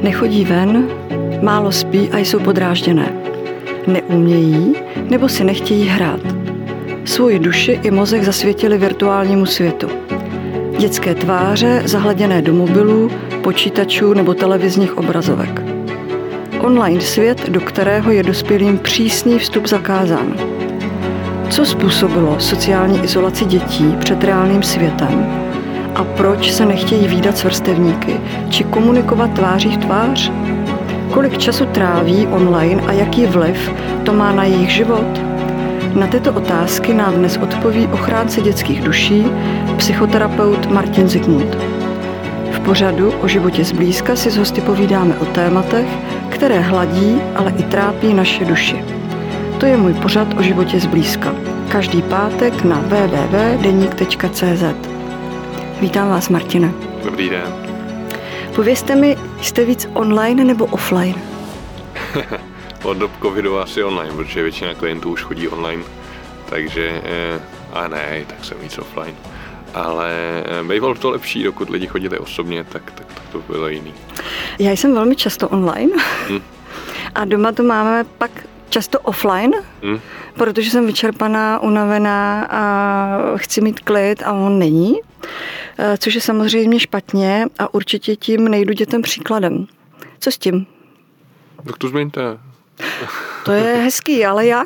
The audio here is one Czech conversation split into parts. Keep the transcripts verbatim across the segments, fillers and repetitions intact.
Nechodí ven, málo spí a jsou podrážděné. Neumějí nebo si nechtějí hrát. Svoji duši i mozek zasvětili virtuálnímu světu. Dětské tváře zahleděné do mobilů, počítačů nebo televizních obrazovek. Online svět, do kterého je dospělým přísný vstup zakázán. Co způsobilo sociální izolaci dětí před reálným světem? A proč se nechtějí vídat s vrstevníky či komunikovat tváří v tvář? Kolik času tráví online a jaký vliv to má na jejich život? Na tyto otázky nám dnes odpoví ochránce dětských duší, psychoterapeut Martin Zikmund. V pořadu O životě zblízka si s hosty povídáme o tématech, které hladí, ale i trápí naše duši. To je můj pořad O životě zblízka. Každý pátek na w w w tečka denik tečka c z. Vítám vás, Martine. Dobrý den. Povězte mi, jste víc online nebo offline? Od dob covidu asi online, protože většina klientů už chodí online, takže, a ne, tak jsem víc offline. Ale bývalo to lepší, dokud lidi chodili osobně, tak, tak, tak to bylo jiný. Já jsem velmi často online hmm. a doma to máme pak často offline, hmm. protože jsem vyčerpaná, unavená a chci mít klid a on není, což je samozřejmě špatně a určitě tím nejdu dětem příkladem. Co s tím? Tak to změňte. To je hezký, ale jak?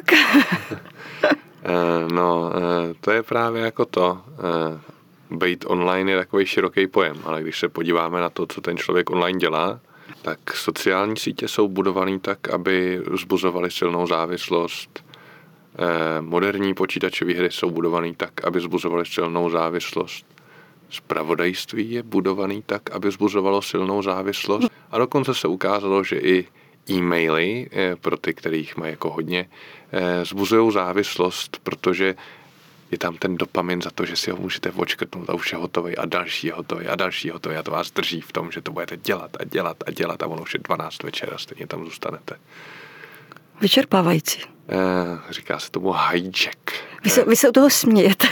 No, to je právě jako to. Být online je takový široký pojem, ale když se podíváme na to, co ten člověk online dělá, tak sociální sítě jsou budované tak, aby vzbuzovaly silnou závislost. Moderní počítačové hry jsou budované tak, aby vzbuzovaly silnou závislost. Zpravodajství je budovaný tak, aby vzbuzovalo silnou závislost. A dokonce se ukázalo, že i e-maily, pro ty, kterých mají jako hodně, vzbuzují závislost, protože je tam ten dopamin za to, že si ho můžete odškrtnout a už je hotový a další je hotový a další je hotový a to vás drží v tom, že to budete dělat a dělat a dělat a ono už je dvanáct večer a stejně tam zůstanete. Vyčerpávající. Eh, říká se tomu hijack. Vy se, vy se u toho smějete.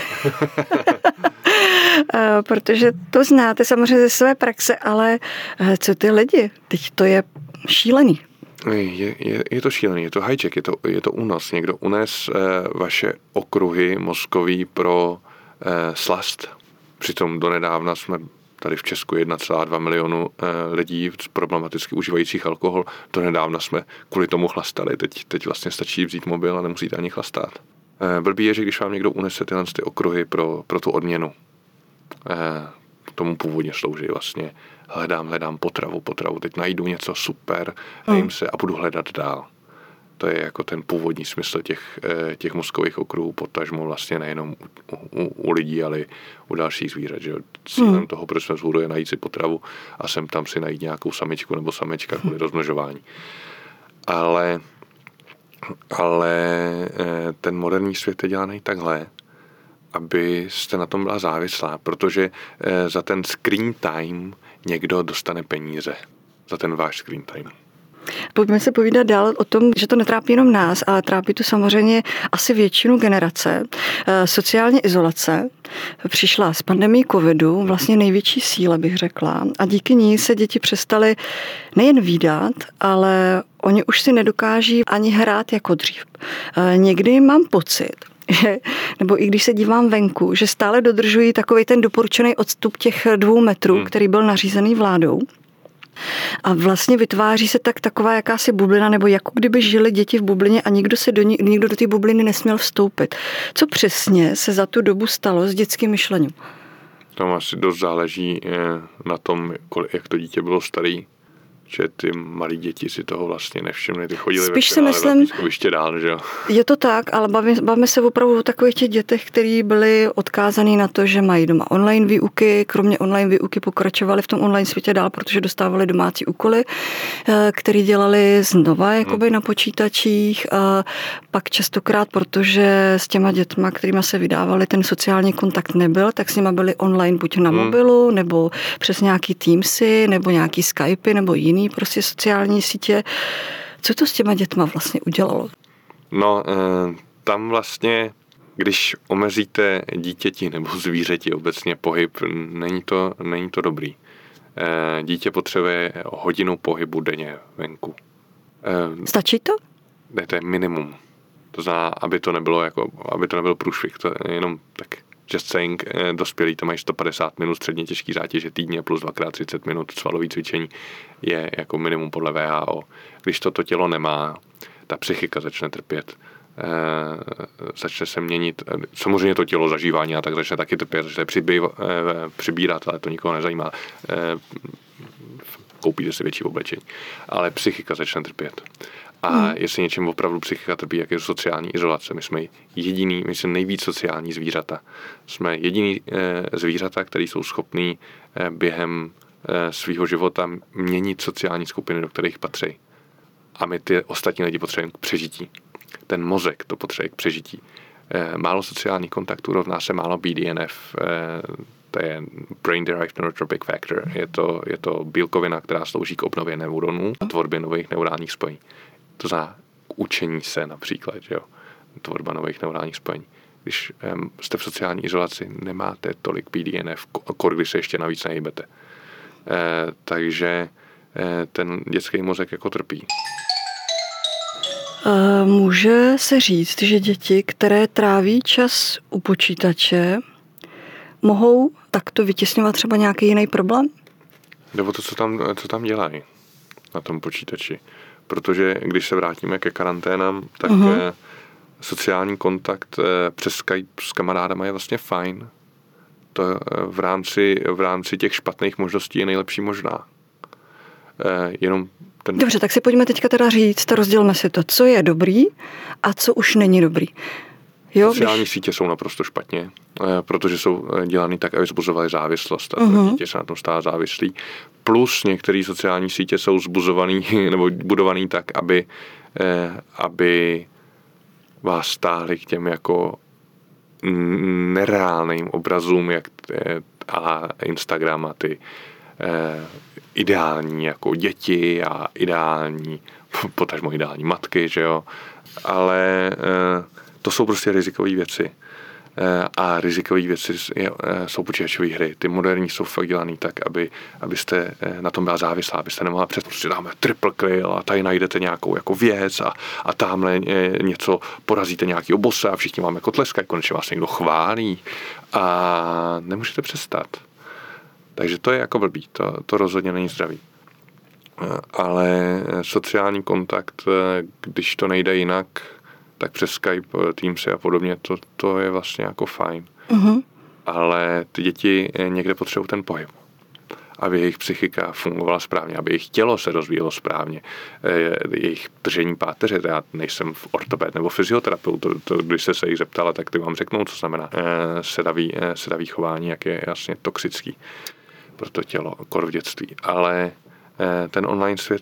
Protože to znáte samozřejmě ze své praxe, ale co ty lidi? Teď to je šílený. Je, je, je to šílený, je to hijack, je to, je to únos. Někdo unes eh, vaše okruhy mozkový pro eh, slast. Přitom donedávna jsme tady v Česku jedna celá dva milionu eh, lidí problematicky užívajících alkohol. Donedávna jsme kvůli tomu chlastali. Teď, teď vlastně stačí vzít mobil a nemusíte ani chlastat. Eh, blbý je, že když vám někdo unese tyhle ty okruhy pro, pro tu odměnu, eh, tomu původně slouží vlastně. Hledám, hledám potravu, potravu, teď najdu něco super, najím se a budu hledat dál. To je jako ten původní smysl těch, těch mozkových okruhů, potažmo vlastně nejenom u, u, u lidí, ale i u dalších zvířat. Že? Cílem hmm. toho, proč jsme vzhůru, je najít si potravu a sem tam si najít nějakou samičku nebo samečka kvůli rozmnožování. Ale, ale ten moderní svět je dělaný takhle, abyste na tom byla závislá, protože za ten screen time někdo dostane peníze. Za ten váš screen time. Pojďme se povídat dál o tom, že to netrápí jenom nás, ale trápí to samozřejmě asi většinu generace. Sociální izolace přišla s pandemií covidu, vlastně největší síle bych řekla, a díky ní se děti přestaly nejen vídat, ale oni už si nedokáží ani hrát jako dřív. Někdy mám pocit, že, nebo i když se dívám venku, že stále dodržují takový ten doporučený odstup těch dvou metrů, hmm. který byl nařízený vládou. A vlastně vytváří se tak taková jakási bublina, nebo jako kdyby žili děti v bublině a nikdo, se do ní, nikdo do té bubliny nesměl vstoupit. Co přesně se za tu dobu stalo s dětským myšlením? Tam asi dost záleží na tom, jak to dítě bylo starý. Že ty malí děti si toho vlastně nevšimli, ty chodili Spíš ve finále si myslím, na pískoviště dál, že jo? Je to tak, ale bavíme, bavíme se opravdu o takových těch dětech, kteří byli odkázaní na to, že mají doma online výuky, kromě online výuky pokračovali v tom online světě dál, protože dostávali domácí úkoly, které dělali znova jakoby hmm. na počítačích, a pak častokrát, protože s těma dětma, kterýma se vydávali, ten sociální kontakt nebyl, tak s nima byli online buď na hmm. mobilu, nebo přes nějaký Teamsy, nebo nějaký Skypey, nebo jiný prostě sociální sítě. Co to s těma dětma vlastně udělalo? No, tam vlastně, když omezíte dítěti nebo zvířeti obecně pohyb, není to, není to dobrý. Dítě potřebuje hodinu pohybu denně venku. Stačí to? Ne, to je minimum. To znamená, aby to nebylo jako, aby to nebyl průšvih. To je jenom tak just saying, dospělí to mají sto padesát minut středně těžký zátěže týdně plus dvakrát třicet minut svalový cvičení je jako minimum podle V H O. Když toto tělo nemá, ta psychika začne trpět. E, začne se měnit, samozřejmě to tělo zažívání a tak začne taky trpět, začne přibýv, e, přibírat, ale to nikoho nezajímá. E, koupíte si větší oblečení. Ale psychika začne trpět. A hmm. jestli něčím opravdu psychika trpí, jak je sociální izolace. My jsme jediný, my jsme nejvíc sociální zvířata. Jsme jediný e, zvířata, který jsou schopní e, během e, svého života měnit sociální skupiny, do kterých patří. A my ty ostatní lidi potřebujeme k přežití. Ten mozek to potřebuje k přežití. E, málo sociálních kontaktů rovná se málo B D N F. E, to je Brain Derived Neurotropic Factor. Je to, je to bílkovina, která slouží k obnově neuronů a tvorbě nových neurálních spojení. To znamená učení se například, že jo? Tvorba nových neurálních spojení. Když um, jste v sociální izolaci, nemáte tolik B D N F, kor, když se ještě navíc nehybete. E, takže e, ten dětský mozek jako trpí. Může se říct, že děti, které tráví čas u počítače, mohou takto vytěsňovat třeba nějaký jiný problém? Nebo to, co tam, co tam dělají na tom počítači. Protože když se vrátíme ke karanténám, tak uh-huh. sociální kontakt přes Skype s kamarádama je vlastně fajn. To v rámci, v rámci těch špatných možností je nejlepší možná. Jenom ten... Dobře, tak si pojďme teďka teda říct, rozdělme si to, co je dobrý a co už není dobrý. Jo, Sociální když... sítě jsou naprosto špatně, protože jsou dělané tak, aby zbuzovaly závislost a uh-huh. dítě se na tom stává závislý. Plus některé sociální sítě jsou zbuzovaný nebo budovaný tak, aby, aby vás stáhli k těm jako nereálným obrazům, jak ala Instagram a ty ideální jako děti a ideální, potažmo ideální matky, že jo, ale to jsou prostě rizikové věci. A rizikové věci jsou počítačové hry. Ty moderní jsou fakt dělaný tak, aby, abyste na tom byla závislá, abyste nemohla přes prostě dáme triple kill a tady najdete nějakou jako věc a, a tamhle něco porazíte nějaký obose a všichni vám jako tleskají, konečně vás někdo chválí a nemůžete přestat. Takže to je jako blbý, to, to rozhodně není zdravý. Ale sociální kontakt, když to nejde jinak, tak přes Skype, Teamsy a podobně, to, to je vlastně jako fajn. Uh-huh. Ale ty děti někde potřebují ten pohyb, aby jejich psychika fungovala správně, aby jejich tělo se rozvíjelo správně, jejich držení páteře. Já nejsem ortoped nebo fyzioterapeut, to, to, když se se jich zeptala, tak ty vám řeknou, co znamená sedavý, sedavý chování, jak je jasně toxický pro to tělo, kor v dětství. Ale ten online svět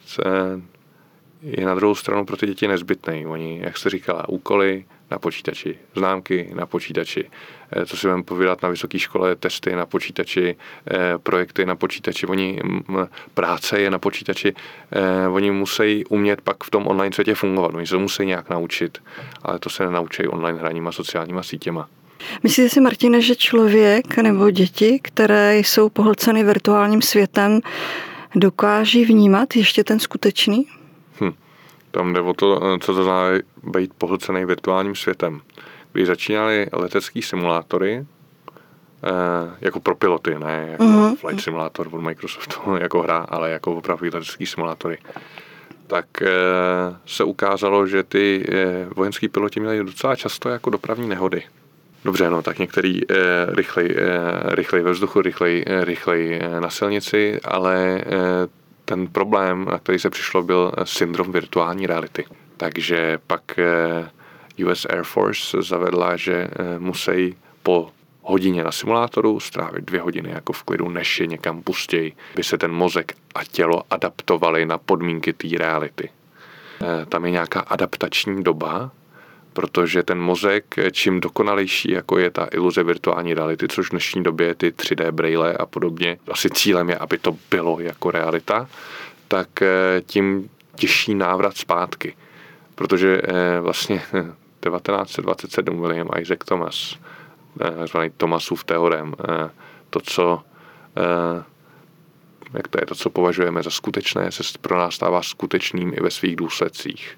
je na druhou stranu pro ty děti nezbytný. Oni, jak jste říkala, úkoly na počítači, známky na počítači, co si budeme povídat na vysoké škole, testy na počítači, projekty na počítači, oni, práce je na počítači, oni musí umět pak v tom online světě fungovat. Oni se musí nějak naučit, ale to se nenaučí online hraním a sociálníma sítěma. Myslíte si, Martine, že člověk nebo děti, které jsou pohlceny virtuálním světem, dokáží vnímat ještě ten skutečný? Hm. Tam jde o to, co to znamená být pohlcený virtuálním světem. Když začínaly letecký simulátory, eh, jako pro piloty, ne jako uh-huh. Flight Simulator od Microsoftu jako hra, ale jako opravdu letecký simulátory, tak eh, se ukázalo, že ty eh, vojenský piloti měli docela často jako dopravní nehody. Dobře, no, tak některý eh, rychlej, eh, rychlej ve vzduchu, rychlej, eh, rychlej eh, na silnici, ale eh, ten problém, na který se přišlo, byl syndrom virtuální reality. Takže pak U S Air Force zavedla, že musí po hodině na simulátoru strávit dvě hodiny jako v klidu, než je někam pustějí, aby se ten mozek a tělo adaptovali na podmínky té reality. Tam je nějaká adaptační doba, protože ten mozek, čím dokonalejší, jako je ta iluze virtuální reality, což v dnešní době ty tři dé braille a podobně, asi cílem je, aby to bylo jako realita, tak tím těžší návrat zpátky. Protože vlastně devatenáct set dvacet sedm William Isaac Thomas, zvaný Thomasův teorem, to, co jak to je to, co považujeme za skutečné, se pro nás stává skutečným i ve svých důsledcích.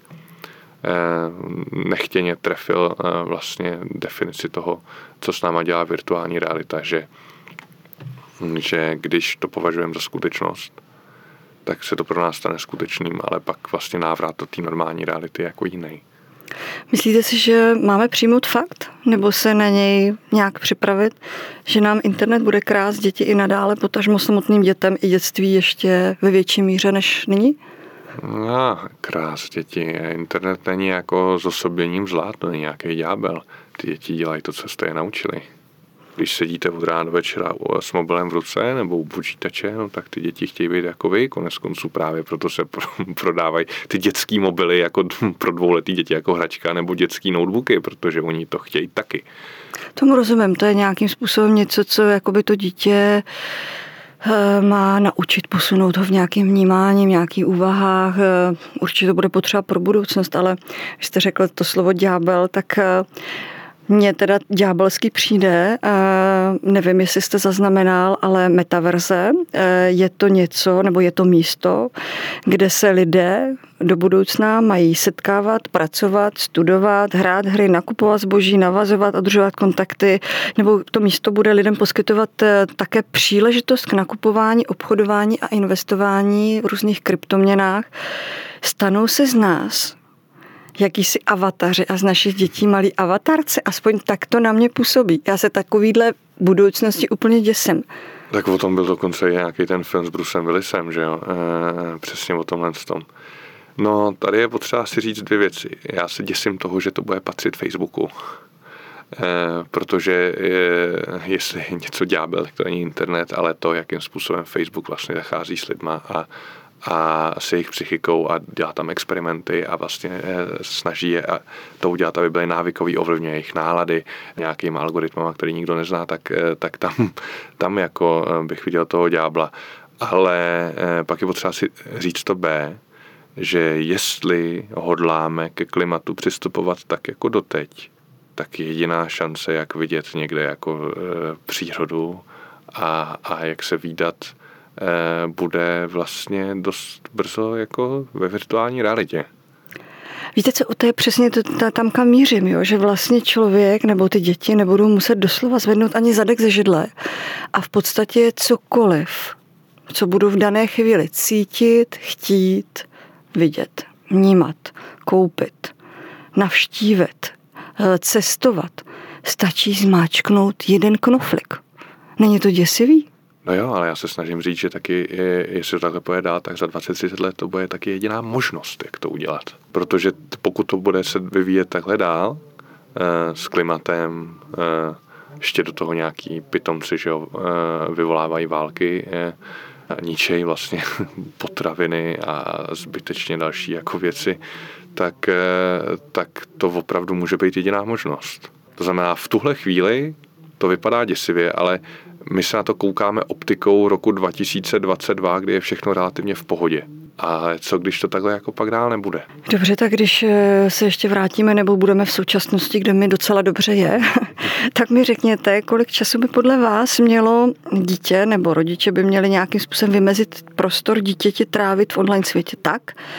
Nechtěně trefil vlastně definici toho, co s náma dělá virtuální realita, že, že když to považujeme za skutečnost, tak se to pro nás stane skutečným, ale pak vlastně návrat do té normální reality jako jiný. Myslíte si, že máme přijmout fakt, nebo se na něj nějak připravit, že nám internet bude krást děti i nadále, potažmo samotným dětem i dětství ještě ve větší míře než nyní? No, krás děti. Internet není jako zosoběním zla, to není nějaký ďábel. Ty děti dělají to, co jste je naučili. Když sedíte od rána do večera s mobilem v ruce nebo u počítače, no, tak ty děti chtějí být jako vy, konec konců právě proto se prodávají ty dětský mobily jako pro dvouletý děti jako hračka nebo dětský notebooky, protože oni to chtějí taky. Tomu rozumím, to je nějakým způsobem něco, co jakoby to dítě má naučit posunout ho v nějakém vnímání, v nějakých úvahách. Určitě to bude potřeba pro budoucnost, ale když jste řekl to slovo ďábel, tak mně teda ďábelský přijde, nevím, jestli jste zaznamenal, ale metaverze je to něco, nebo je to místo, kde se lidé do budoucna mají setkávat, pracovat, studovat, hrát hry, nakupovat zboží, navazovat, udržovat kontakty, nebo to místo bude lidem poskytovat také příležitost k nakupování, obchodování a investování v různých kryptoměnách. Stanou se z nás jakýsi avataři a z našich dětí malí avatarci, aspoň tak to na mě působí. Já se takovýhle budoucnosti úplně děsím. Tak o tom byl dokonce i nějaký ten film s Brucem Willisem, že jo? E, přesně o tomhle tom. No, tady je potřeba si říct dvě věci. Já se děsím toho, že to bude patřit Facebooku. E, protože je, jestli je něco ďábel, tak to není internet, ale to, jakým způsobem Facebook vlastně zachází s lidma a a s jejich psychikou a dělá tam experimenty a vlastně snaží je a to udělat, aby byly návykový, ovlivňuje jejich nálady nějakýma algoritmama, který nikdo nezná, tak, tak tam, tam jako bych viděl toho ďábla. Ale pak je potřeba si říct to B, že jestli hodláme ke klimatu přistupovat tak jako doteď, tak je jediná šance, jak vidět někde jako přírodu a, a jak se vídat bude vlastně dost brzo jako ve virtuální realitě. Víte co, to je přesně to, tam, kam mířím, jo? Že vlastně člověk nebo ty děti nebudou muset doslova zvednout ani zadek ze židle a v podstatě cokoliv, co budou v dané chvíli cítit, chtít, vidět, vnímat, koupit, navštívit, cestovat, stačí zmáčknout jeden knoflik. Není to děsivý? No jo, ale já se snažím říct, že taky, jestli to takhle pojede dál, tak za dvacet třicet let to bude taky jediná možnost, jak to udělat. Protože pokud to bude se vyvíjet takhle dál, eh, s klimatem, eh, ještě do toho nějaký pitomci, že jo, eh, vyvolávají války, eh, ničejí vlastně potraviny a zbytečně další jako věci, tak, eh, tak to opravdu může být jediná možnost. To znamená, v tuhle chvíli to vypadá děsivě, ale my se na to koukáme optikou roku dva tisíce dvacet dva, kdy je všechno relativně v pohodě. A co když to takhle jako pak dál nebude? Dobře, tak když se ještě vrátíme nebo budeme v současnosti, kde mi docela dobře je, tak mi řekněte, kolik času by podle vás mělo dítě nebo rodiče by měli nějakým způsobem vymezit prostor dítěti trávit v online světě tak,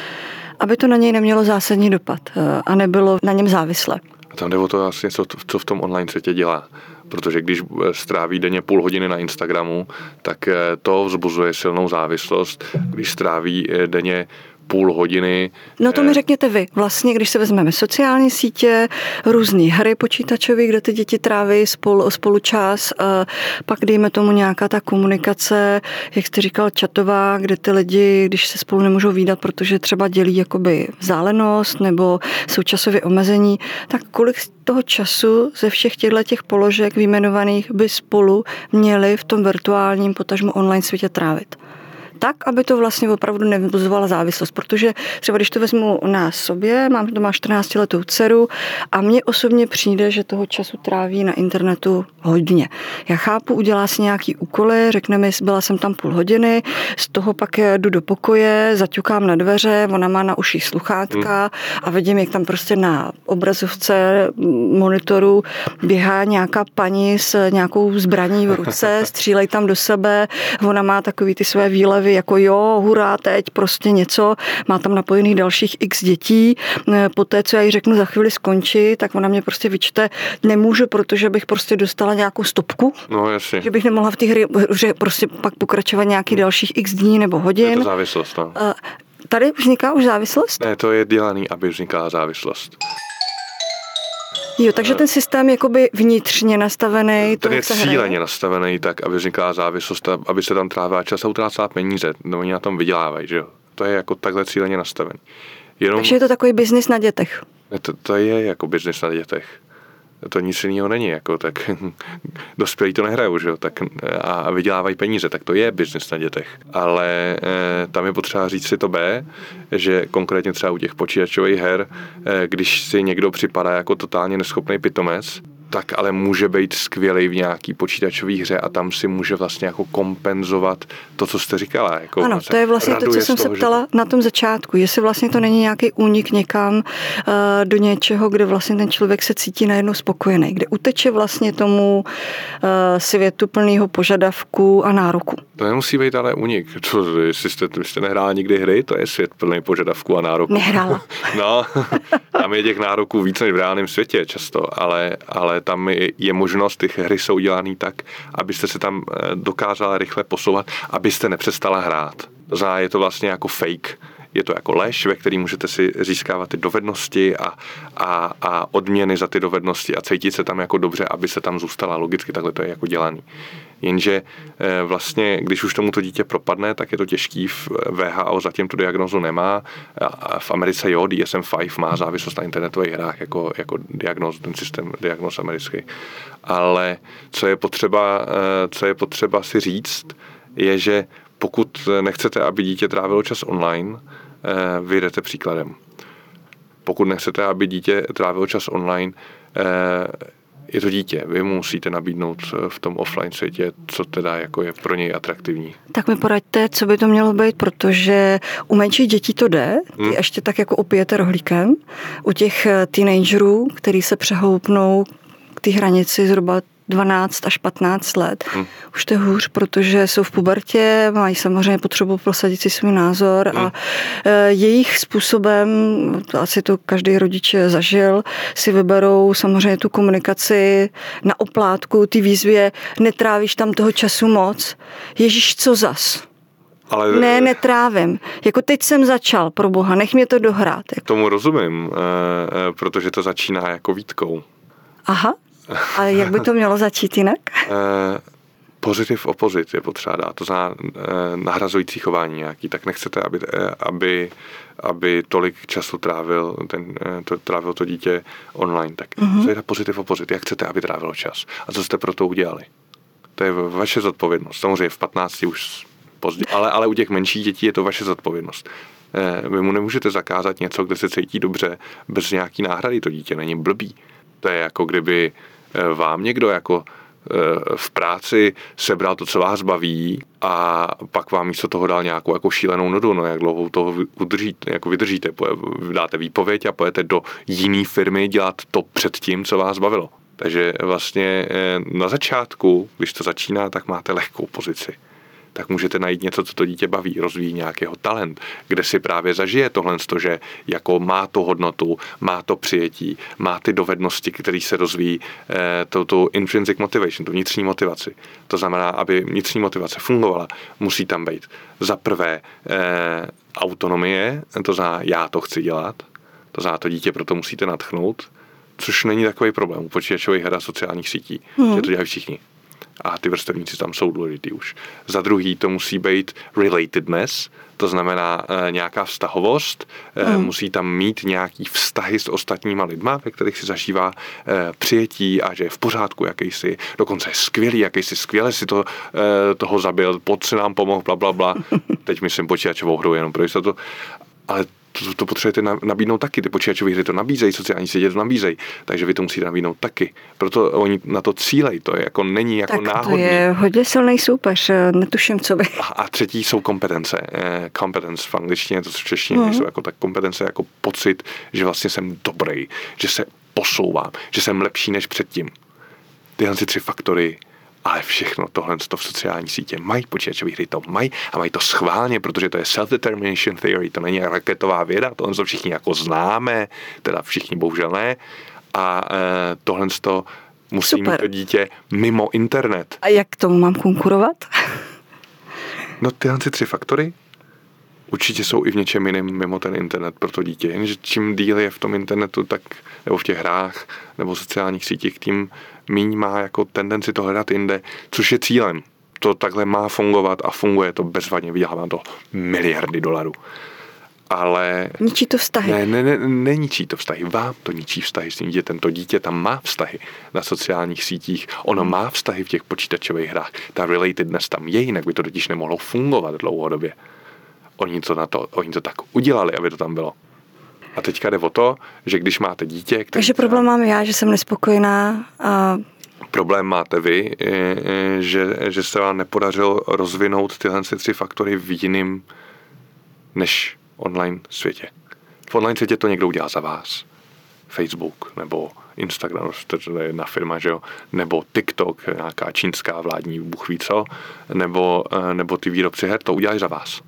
aby to na něj nemělo zásadní dopad a nebylo na něm závislé. A tam jde o to vlastně, co, co v tom online světě dělá. Protože když stráví denně půl hodiny na Instagramu, tak to vzbuzuje silnou závislost. Když stráví denně půl hodiny... No to mi řekněte vy. Vlastně, když se vezmeme sociální sítě, různé hry počítačové, kde ty děti tráví spolu, spolu čas, pak dejme tomu nějaká ta komunikace, jak jste říkal, chatová, kde ty lidi, když se spolu nemůžou vídat, protože třeba dělí jakoby vzdálenost nebo jsou časově omezení, tak kolik toho času ze všech těchto těch položek vyjmenovaných by spolu měli v tom virtuálním, potažmo online světě trávit? Tak, aby to vlastně opravdu nevybuzovala závislost, protože třeba když to vezmu na sobě, mám doma čtrnáctiletou dceru a mně osobně přijde, že toho času tráví na internetu hodně. Já chápu, udělá si nějaký úkoly, řekne mi, byla jsem tam půl hodiny, z toho pak jdu do pokoje, zaťukám na dveře, ona má na uších sluchátka a vidím, jak tam prostě na obrazovce monitoru běhá nějaká paní s nějakou zbraní v ruce, střílej tam do sebe, ona má takový ty své výlevy hlavě jako jo, hurá, teď prostě něco, má tam napojených dalších x dětí, po té, co já jí řeknu za chvíli skončí, tak ona mě prostě vyčte, nemůžu, protože bych prostě dostala nějakou stopku, no, jasně. Že bych nemohla v té hře prostě pak pokračovat nějakých dalších x dní nebo hodin. Je to závislost, no. Tady vzniká už závislost? Ne, to je dělaný, aby vznikala závislost. Jo, takže ten systém je jakoby vnitřně nastavený. Ten je cíleně nastavený tak, aby vznikala závislost, aby se tam trávila čas a utrácela peníze. No, oni na tom vydělávají, že jo. To je jako takhle cíleně nastavený. Jenom... Takže je to takový biznis na dětech. To, to je jako biznis na dětech. To nic jiného není, jako, tak dospělí to nehrajou, že jo, tak a vydělávají peníze, tak to je biznis na dětech. Ale e, tam je potřeba říct si to B, že konkrétně třeba u těch počítačových her, e, když si někdo připadá jako totálně neschopný pitomec, tak ale může být skvělej v nějaký počítačový hře a tam si může vlastně jako kompenzovat to, co jste říkala. Jako ano, vlastně to je vlastně to, co jsem toho, se ptala že... na tom začátku. Jestli vlastně to není nějaký únik někam uh, do něčeho, kde vlastně ten člověk se cítí najednou spokojený, kde uteče vlastně tomu uh, světu plného požadavků a nároku. To nemusí být ale únik. To, jestli jste, jste nehrála nikdy hry, to je svět plný požadavků a nároků. Nehrála. No, tam je těch nároků víc než v reálném světě často, ale, ale tam je, je možnost, ty hry jsou dělané tak, abyste se tam dokázala rychle posouvat, abyste nepřestala hrát. To znamená, je to vlastně jako fake. Je to jako lež, ve který můžete si získávat ty dovednosti a, a, a odměny za ty dovednosti a cítit se tam jako dobře, aby se tam zůstala. Logicky takhle to je jako dělaný. Jenže vlastně, když už tomu to dítě propadne, tak je to těžký. V H O zatím tu diagnózu nemá. A v Americe jo, D S M pět má závislost na internetových hrách jako, jako diagnóz, ten systém diagnóz americký. Ale co je potřeba, co je potřeba si říct, je, že pokud nechcete, aby dítě trávilo čas online, vy jdete příkladem. Pokud nechcete, aby dítě trávilo čas online, je to dítě. Vy musíte nabídnout v tom offline světě, co teda jako je pro něj atraktivní. Tak mi poraďte, co by to mělo být, protože u menších dětí to jde, ty hmm. ještě tak jako opijete rohlíkem. U těch teenagerů, který se přehoupnou k té hranici zhruba dvanáct až patnáct let. Hmm. Už to je hůř, protože jsou v pubertě, mají samozřejmě potřebu prosadit si svůj názor hmm. a e, jejich způsobem, asi to každý rodič zažil, si vyberou samozřejmě tu komunikaci na oplátku, ty výzvě, netrávíš tam toho času moc. Ježíš, co zas? Ale... Ne, netrávím. Jako teď jsem začal, pro boha, nech mě to dohrát. Jako. Tomu rozumím, e, protože to začíná jako výtkou. Aha. A jak by to mělo začít jinak? Eh, pozitiv opozit je potřeba dát, to znamená eh, nahrazující chování nějaký, tak nechcete, aby, eh, aby, aby tolik času trávil, ten, eh, to, trávil to dítě online, tak mm-hmm. co je pozitiv opozit, jak chcete, aby trávilo čas a co jste pro to udělali. To je vaše zodpovědnost, samozřejmě v patnácti už pozdě, ale, ale u těch menších dětí je to vaše zodpovědnost. Eh, vy mu nemůžete zakázat něco, kde se cítí dobře, bez nějaký náhrady, to dítě není blbý. To je jako kdyby vám někdo jako v práci sebral to, co vás baví a pak vám místo toho dal nějakou jako šílenou nudu, no jak dlouho toho udržíte, jako vydržíte, dáte výpověď a pojete do jiné firmy dělat to před tím, co vás bavilo. Takže vlastně na začátku, když to začíná, tak máte lehkou pozici. Tak můžete najít něco, co to dítě baví, rozvíjí nějakého talent, kde si právě zažije tohle, že jako má to hodnotu, má to přijetí, má ty dovednosti, které se rozvíjí, eh, to, to intrinsic motivation, tu vnitřní motivaci. To znamená, aby vnitřní motivace fungovala, musí tam být za prvé eh, autonomie, to znamená, já to chci dělat, to znamená, to dítě proto musíte nadchnout, což není takový problém u počítačových her a sociálních sítí, hmm. že to dělají všichni. A ty vrstevníci tam jsou důležitý už. Za druhý to musí být relatedness, to znamená e, nějaká vztahovost, e, mm. musí tam mít nějaký vztahy s ostatníma lidma, ve kterých si zažívá e, přijetí a že je v pořádku jakýsi, dokonce je skvělý, jakýsi skvěle si to, e, toho zabil, pod se nám pomohl, bla, bla, bla. Teď myslím počítačovou hru, jenom pro jistotu. Ale to, to potřebujete nabídnout taky. Ty počítačové hry to nabízejí, sociální sítě to nabízejí, takže vy to musíte nabídnout taky. Proto oni na to cílejí, to je jako není jako tak náhodný. To je hodně silný soupeř, netuším, co by. A, a třetí jsou kompetence. Eh, competence v angličtině, to v češtině mm. jsou jako tak kompetence, jako pocit, že vlastně jsem dobrý, že se posouvám, že jsem lepší než předtím. Tyhle tři faktory Ale všechno tohle v sociální sítě mají, počítačové hry to mají a mají to schválně, protože to je self-determination theory, to není raketová věda, tohle to všichni jako známe, teda všichni bohužel ne. A e, tohle to musí Super. mít to dítě mimo internet. A jak tomu mám konkurovat? No tyhle tři faktory určitě jsou i v něčem jiném mimo ten internet pro to dítě. Jenže čím díl je v tom internetu, tak nebo v těch hrách, nebo sociálních sítích, tím míň má jako tendenci to hledat jinde, což je cílem. To takhle má fungovat a funguje to bezvadně, vydělává to miliardy dolarů. Ale... Ničí to vztahy. Ne, ne, ne, neničí to vztahy. Vám to ničí vztahy s tím dítětem. To dítě tam má vztahy na sociálních sítích. Ono má vztahy v těch počítačových hrách. Ta relatedness tam je, jinak by to totiž nemohlo fungovat dlouhodobě. Oni to, na to, oni to tak udělali, aby to tam bylo. A teďka jde o to, že když máte dítě... Takže problém mám já, že jsem nespokojená. A... Problém máte vy, že, že se vám nepodařilo rozvinout tyhle tři faktory v jiným než online světě. V online světě to někdo udělá za vás. Facebook nebo Instagram, to je jedna firma, že jo? Nebo TikTok, nějaká čínská vládní, bůh ví co, nebo, nebo ty výrobci her to udělají za vás.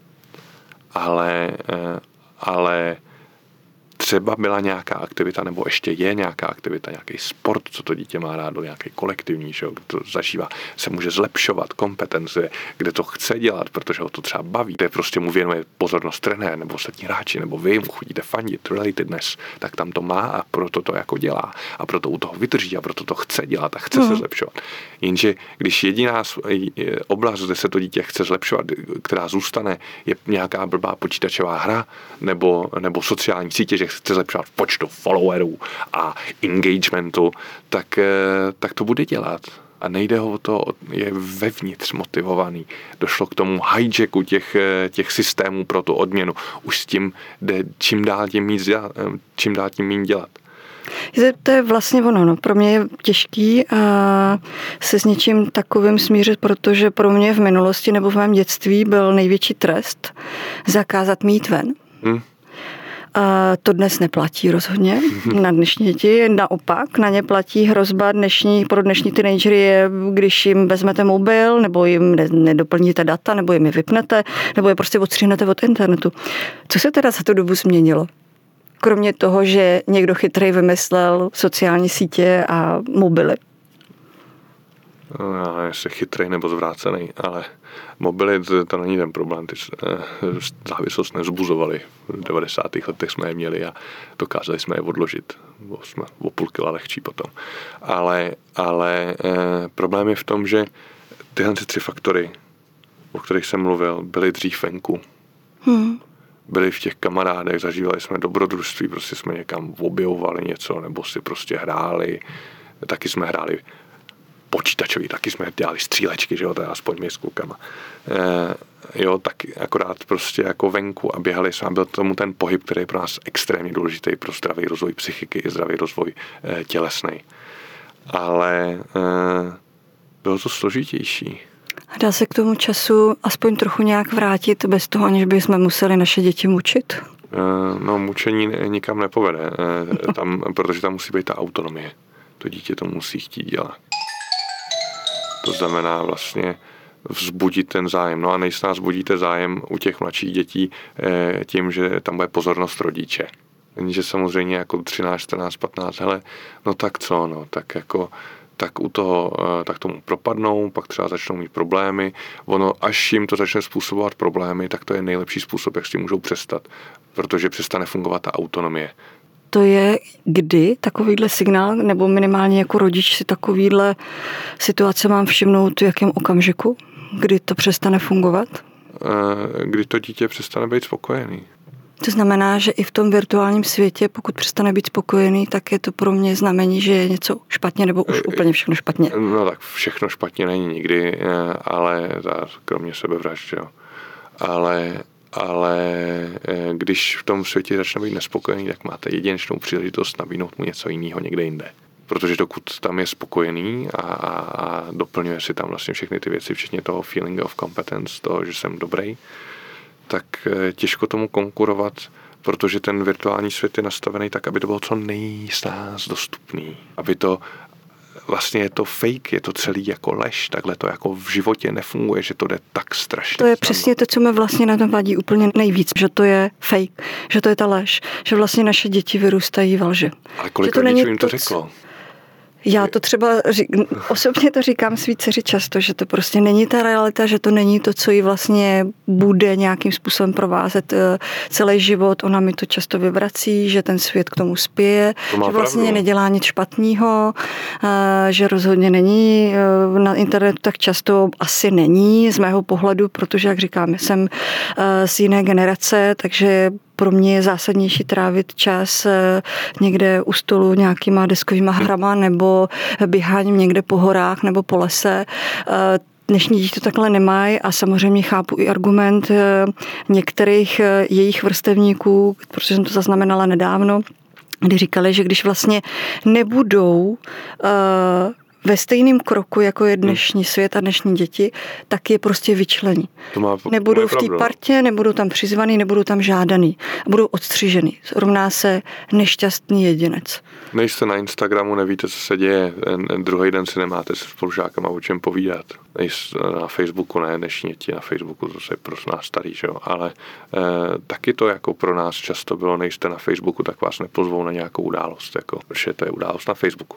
Ale, ale třeba byla nějaká aktivita, nebo ještě je nějaká aktivita, nějaký sport, co to dítě má rádo, nějaký kolektivní, že, kde to zažívá, se může zlepšovat, kompetence, kde to chce dělat, protože ho to třeba baví, kde prostě mu věnuje pozornost trenér, nebo ostatní hráči, nebo vy mu chodíte fandit, relatedness, tak tam to má a proto to jako dělá. A proto u toho vydrží a proto to chce dělat a chce mm. se zlepšovat. Jenže když jediná oblast, kde se to dítě chce zlepšovat, která zůstane, je nějaká blbá počítačová hra nebo, nebo sociální sítě, že chce zlepšovat v počtu followerů a engagementu, tak, tak to bude dělat. A nejde ho to, je vevnitř motivovaný. Došlo k tomu hijacku těch, těch systémů pro tu odměnu. Už s tím jde čím dál tím méně dělat. Čím dál tím méně dělat. To je vlastně ono. No. Pro mě je těžký a se s něčím takovým smířit, protože pro mě v minulosti nebo v mém dětství byl největší trest zakázat mít ven. Hmm. A to dnes neplatí rozhodně na dnešní děti, naopak na ně platí hrozba dnešní, pro dnešní teenagery je, když jim vezmete mobil, nebo jim nedoplníte data, nebo jim je vypnete, nebo je prostě odstřihnete od internetu. Co se teda za tu dobu změnilo? Kromě toho, že někdo chytrej vymyslel sociální sítě a mobily. No, já nevím, jestli chytrej nebo zvrácený, ale mobily, to, to není ten problém. Ty závislost nezbuzovali. V devadesátých letech jsme je měli a dokázali jsme je odložit. Bo jsme o půl kila lehčí potom. Ale, ale eh, problém je v tom, že tyhle tři faktory, o kterých jsem mluvil, byly dřív venku. Hmm. Byli v těch kamarádech, zažívali jsme dobrodružství, prostě jsme někam objevovali něco, nebo si prostě hráli. Taky jsme hráli počítačový, taky jsme dělali střílečky, že jo, to je aspoň my s klukama. E, jo, tak akorát prostě jako venku a běhali jsme a byl tomu ten pohyb, který je pro nás extrémně důležitý pro zdravý rozvoj psychiky i zdravý rozvoj e, tělesný. Ale e, bylo to složitější. A dá se k tomu času aspoň trochu nějak vrátit bez toho, aniž bychom museli naše děti mučit? E, no, mučení nikam nepovede, e, tam, protože tam musí být ta autonomie. To dítě to musí chtít dělat. To znamená vlastně vzbudit ten zájem. No a nejsnáz vzbudíte zájem u těch mladších dětí tím, že tam bude pozornost rodiče. Jenže samozřejmě jako třináct, čtrnáct, patnáct, hele, no tak co, no, tak jako, tak u toho, tak tomu propadnou, pak třeba začnou mít problémy. Ono, až jim to začne způsobovat problémy, tak to je nejlepší způsob, jak s tím můžou přestat, protože přestane fungovat ta autonomie. To je kdy takovýhle signál, nebo minimálně jako rodič si takovýhle situace mám všimnout v jakém okamžiku, kdy to přestane fungovat? Kdy to dítě přestane být spokojený. To znamená, že i v tom virtuálním světě, pokud přestane být spokojený, tak je to pro mě znamení, že je něco špatně, nebo už úplně všechno špatně. No tak všechno špatně není nikdy, ale kromě sebevražd, jo. Ale ale když v tom světě začne být nespokojený, tak máte jedinečnou příležitost nabídnout mu něco jiného někde jinde. Protože dokud tam je spokojený a, a, a doplňuje si tam vlastně všechny ty věci, včetně toho feeling of competence, toho, že jsem dobrý, tak těžko tomu konkurovat, protože ten virtuální svět je nastavený tak, aby to bylo co nejsnáz dostupný. Aby to vlastně je to fake, je to celý jako lež, takhle to jako v životě nefunguje, že to jde tak strašně. To je přesně to, co mi vlastně na tom vadí úplně nejvíc, že to je fake, že to je ta lež, že vlastně naše děti vyrůstají v lži. Ale kolik rodičů jim to řeklo? Já to třeba řík, osobně to říkám svý dceři často, že to prostě není ta realita, že to není to, co jí vlastně bude nějakým způsobem provázet celý život. Ona mi to často vyvrací, že ten svět k tomu spěje, že vlastně pravdu. Nedělá nic špatného, že rozhodně není na internetu tak často, asi není z mého pohledu, protože, jak říkám, jsem z jiné generace, takže pro mě je zásadnější trávit čas někde u stolu nějakýma deskovýma hrama nebo běháním někde po horách nebo po lese. Dnešní děti to takhle nemají a samozřejmě chápu i argument některých jejich vrstevníků, protože jsem to zaznamenala nedávno, kdy říkali, že když vlastně nebudou ve stejném kroku, jako je dnešní svět a dnešní děti, tak je prostě vyčlení. Má, nebudou v té partě, nebudou tam přizvaný, nebudou tam žádaný. Budou odstřižený. Rovná se nešťastný jedinec. Nejste na Instagramu, nevíte, co se děje. Druhý den si nemáte se spolužákama o čem povídat. Nejste na Facebooku, ne, dnešní děti na Facebooku, to je pro nás starý, že jo. Ale eh, taky to jako pro nás často bylo, nejste na Facebooku, tak vás nepozvou na nějakou událost, jako, protože to je událost na Facebooku.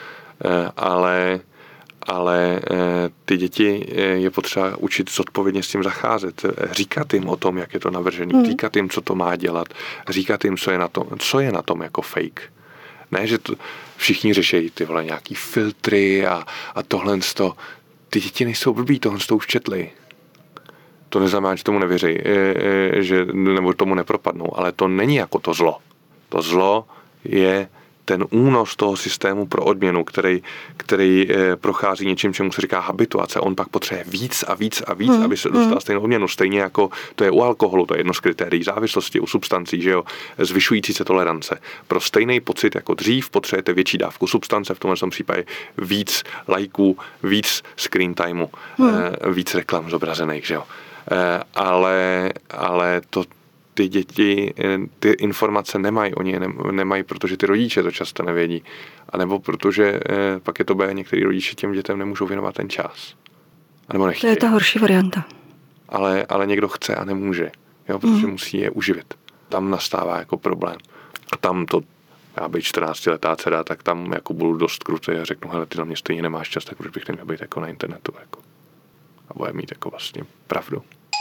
Ale, ale ty děti je potřeba učit zodpovědně s tím zacházet. Říkat jim o tom, jak je to navržený, hmm. říkat jim, co to má dělat, říkat jim, co je na tom, co je na tom jako fake. Ne, že to všichni řeší ty vole nějaký filtry a, a tohle to. Ty děti nejsou blbý, tohle to už četli. To neznamená, že tomu nevěří, že, nebo tomu nepropadnou, ale to není jako to zlo. To zlo je ten únos toho systému pro odměnu, který, který e, prochází něčím, čemu se říká habituace. On pak potřebuje víc a víc a víc, hmm. aby se dostal hmm. stejnou odměnu. Stejně jako to je u alkoholu, to je jedno z kritérií závislosti, u substancí, že jo, zvyšující se tolerance. Pro stejný pocit jako dřív potřebujete větší dávku substance, v tomhle případě víc lajků, víc screen timeu, hmm. e, víc reklam zobrazených, že jo. E, ale, ale to ty děti ty informace nemají, oni je nemají, protože ty rodiče to často nevědí. A nebo protože eh, pak je to B, některý rodiče těm dětem nemůžou věnovat ten čas. A nebo nechtějí. To je ta horší varianta. Ale, ale někdo chce a nemůže, jo, protože mm. musí je uživit. Tam nastává jako problém. A tam to, já být čtrnáctiletá dcera, tak tam jako budu dost krutý a řeknu, hele, ty na mě stejně nemáš čas, tak proč bych neměl být jako na internetu. Jako. A bude mít jako vlastně pravdu.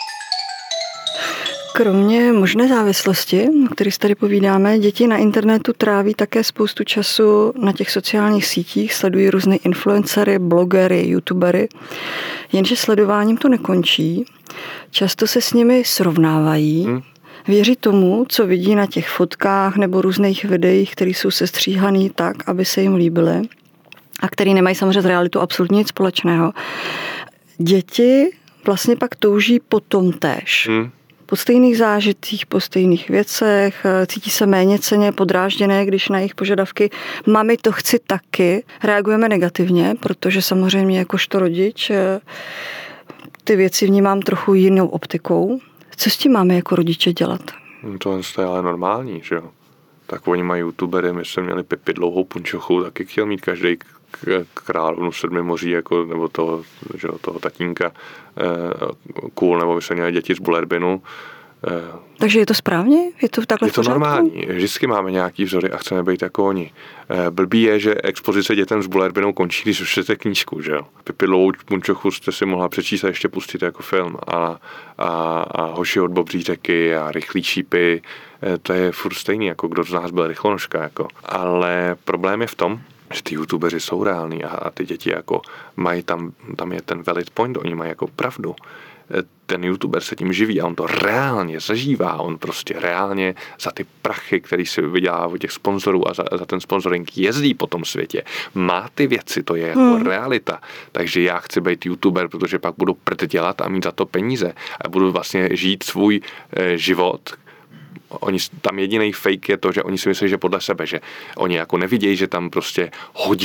Kromě možné závislosti, o kterých tady povídáme, děti na internetu tráví také spoustu času na těch sociálních sítích, sledují různé influencery, blogery, youtubery, jenže sledováním to nekončí. Často se s nimi srovnávají, hmm. věří tomu, co vidí na těch fotkách nebo různých videích, které jsou sestříhané tak, aby se jim líbily a které nemají samozřejmě s realitou absolutně nic společného. Děti vlastně pak touží po tom též. Hmm. Po stejných zážitcích, po stejných věcech, cítí se méněcenně podrážděné, když na jejich požadavky mami to chci taky, reagujeme negativně, protože samozřejmě jakožto rodič ty věci vnímám trochu jinou optikou. Co s tím máme jako rodiče dělat? To je ale normální, že jo. Tak oni mají youtubery, my jsme měli Pipi dlouhou punčochu, taky chtěl mít každý královnu sedmi moří, jako, nebo toho, že, toho tatínka eh, cool, nebo my jsme měli děti z Bullerbinu. Eh, Takže je to správně? Je to takhle Je to normální. Vždycky máme nějaký vzory a chceme být jako oni. Eh, blbý je, že expozice dětem s Bullerbinou končí, když už čtete knížku, že jo. Pipi dlouhou punčochu jste si mohla přečíst a ještě pustit jako film. A, a, a Hoši od Bobří řeky a Rychlý šípy, eh, to je furt stejný, jako kdo z nás byl rychlonožka, jako. Ale problém je v tom, že ty youtubeři jsou reální a, a ty děti jako mají tam, tam je ten valid point, oni mají jako pravdu. Ten youtuber se tím živí a on to reálně zažívá, on prostě reálně za ty prachy, který si vydělá od těch sponzorů a za, za ten sponsoring jezdí po tom světě. Má ty věci, to je jako hmm. realita. Takže já chci být youtuber, protože pak budu prd dělat a mít za to peníze a budu vlastně žít svůj e, život. Oni, tam jediný fake je to, že oni si myslí, že podle sebe, že oni jako nevidějí, že tam prostě hodinu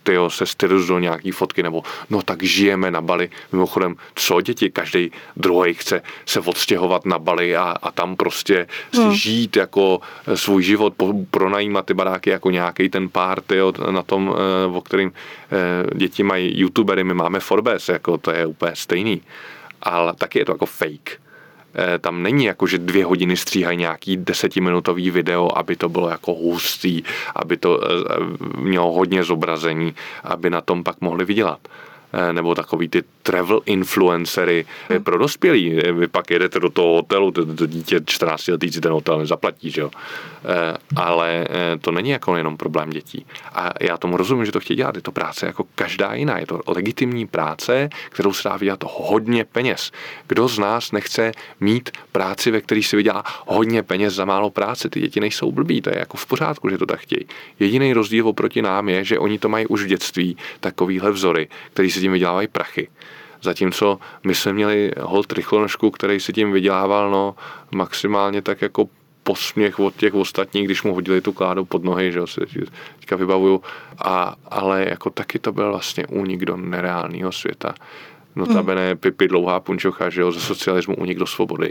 tyjo, se stylizují nějaký fotky, nebo no tak žijeme na Bali. Mimochodem, co děti, každý druhý chce se odstěhovat na Bali a, a tam prostě hmm. si žít jako svůj život, pronajímat ty baráky jako nějaký ten pár, tyjo, na tom, o kterým děti mají youtubery, my máme Forbes, jako to je úplně stejný. Ale taky je to jako fake. Tam není jako, že dvě hodiny stříhají nějaký desetiminutový video, aby to bylo jako hustý, aby to mělo hodně zobrazení, aby na tom pak mohli vydělat. Nebo takový ty travel influencery hmm. pro dospělí. Vy pak jedete do toho hotelu, to, to dítě čtrnáct letý si ten hotel nezaplatí, že jo. Ale to není jako jenom problém dětí. A já tomu rozumím, že to chtějí dělat. Je to práce jako každá jiná. Je to legitimní práce, kterou se dá vydělat hodně peněz. Kdo z nás nechce mít práci, ve které si vydělá hodně peněz za málo práce? Ty děti nejsou blbí, to je jako v pořádku, že to tak chtějí. Jediný rozdíl oproti nám je, že oni to mají už v dětství, takovýhle vzory, který si tím vydělávají prachy. Zatímco my jsme měli holt rychlonožku, který si tím vydělával no, maximálně tak jako posměch od těch ostatních, když mu hodili tu kládu pod nohy, že jo, si teďka vybavuju. A, ale jako taky to byl vlastně únik do nereálného světa. Notabene Pipi dlouhá punčocha, že jo, ze socialismu únik do svobody.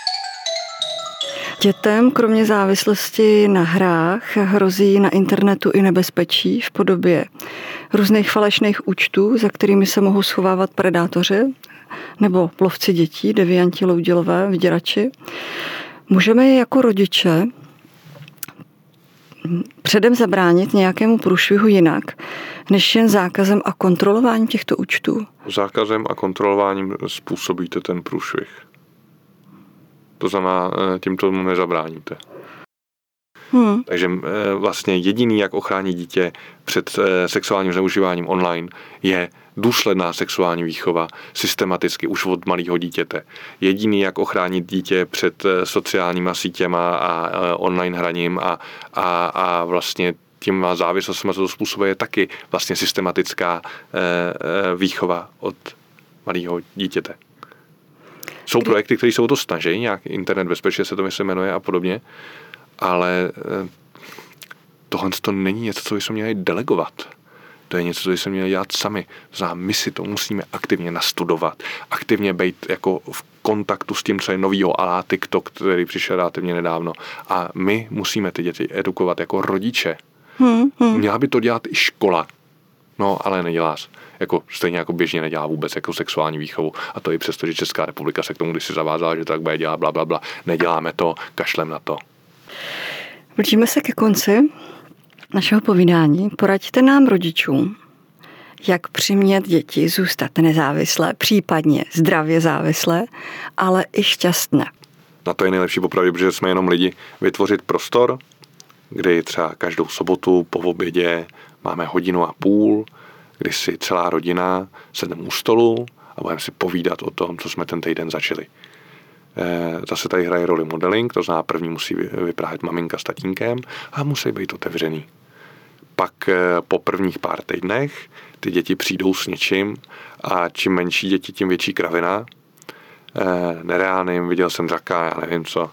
Dětem kromě závislosti na hrách hrozí na internetu i nebezpečí v podobě různých falešných účtů, za kterými se mohou schovávat predátoři nebo lovci dětí, devianti, loudilové, vyděrači. Můžeme je jako rodiče předem zabránit nějakému průšvihu jinak, než jen zákazem a kontrolováním těchto účtů? Zákazem a kontrolováním způsobíte ten průšvih. To znamená, tím tomu nezabráníte. Hmm. Takže vlastně jediný, jak ochránit dítě před sexuálním zneužíváním online, je důsledná sexuální výchova, systematicky už od malého dítěte. Jediný, jak ochránit dítě před sociálníma sítěma a online hraním a, a, a vlastně těma závislostmi, co to způsobuje, je taky vlastně systematická výchova od malého dítěte. Jsou projekty, které se o to snaží, nějak internet bezpečně se to myslím jmenuje a podobně, ale tohle to není něco, co bychom měli delegovat. To je něco, co bychom měli dělat sami. Znamená, my si to musíme aktivně nastudovat, aktivně být jako v kontaktu s tím, co je novýho, a TikTok, který přišel relativně nedávno. A my musíme ty děti edukovat jako rodiče. Hmm, hmm. Měla by to dělat i škola. No, ale nedělá. Jako, stejně jako běžně nedělá vůbec jako sexuální výchovu. A to i přesto, že Česká republika se k tomu kdysi zavázala, že tak bude dělat, bla, bla, bla. Neděláme to, kašlem na to. Blížíme se ke konci našeho povídání. Poraďte nám rodičům, jak přimět děti zůstat nezávislé, případně zdravě závislé, ale i šťastné. Na to je nejlepší popravdě, protože jsme jenom lidi, vytvořit prostor, kdy třeba každou sobotu po obědě máme hodinu a půl, kdy si celá rodina sedneme u stolu a budeme si povídat o tom, co jsme ten týden začali. Zase tady hraje roli modeling, to znamená, první musí vyprávět maminka s tatínkem a musí být otevřený. Pak po prvních pár týdnech ty děti přijdou s něčím a čím menší děti, tím větší kravina. Nereálným, viděl jsem řaka, já nevím co.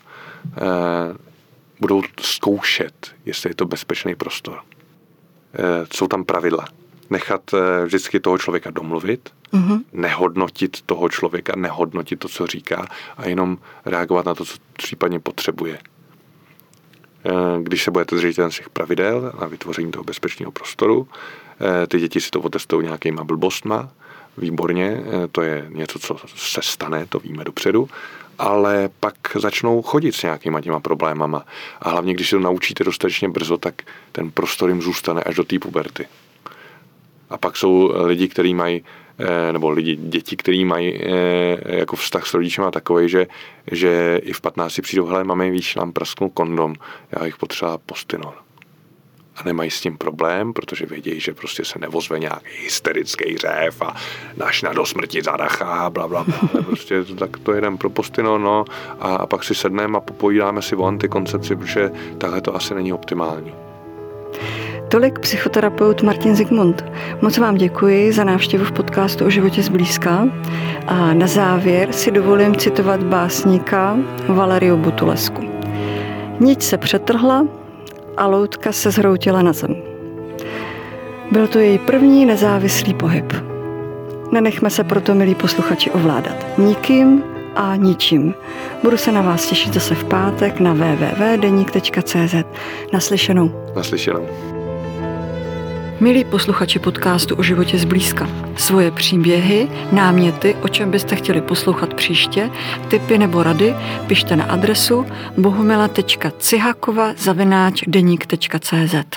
Budou zkoušet, jestli je to bezpečný prostor. Jsou tam pravidla. Nechat vždycky toho člověka domluvit, mm-hmm. nehodnotit toho člověka, nehodnotit to, co říká a jenom reagovat na to, co případně potřebuje. Když se budete držet těch pravidel na vytvoření toho bezpečného prostoru, ty děti si to otestují nějakýma blbostma, výborně, to je něco, co se stane, to víme dopředu, ale pak začnou chodit s nějakýma těma problémama. A hlavně, když se to naučíte dostatečně brzo, tak ten prostor jim zůstane až do té puberty. A pak jsou lidi, kteří mají, nebo lidi, děti, kteří mají jako vztah s rodičema takovej, že, že i v patnácti přijdou, hele, mami, víš, nám prasknul kondom, já jich potřeba Postinor. A nemají s tím problém, protože vědějí, že prostě se nevozve nějaký hysterický řev a náš na do smrti zadachá, bla, bla, bla. Prostě tak to jedem pro Postinor, no, a, a pak si sedneme a popovídáme si o antikoncepci, protože takhle to asi není optimální. Tolik psychoterapeut Martin Zikmund. Moc vám děkuji za návštěvu v podcastu O životě zblízka. A na závěr si dovolím citovat básníka Valeriu Butulesku. Niť se přetrhla a loutka se zhroutila na zem. Byl to její první nezávislý pohyb. Nenechme se proto, milí posluchači, ovládat nikým a ničím. Budu se na vás těšit zase v pátek na w w w tečka denik tečka c z. Naslyšenou. Naslyšenou. Milí posluchači podcastu O životě zblízka, svoje příběhy, náměty, o čem byste chtěli poslouchat příště, tipy nebo rady, pište na adresu bohumila tečka cihakova zavináč denik tečka c z.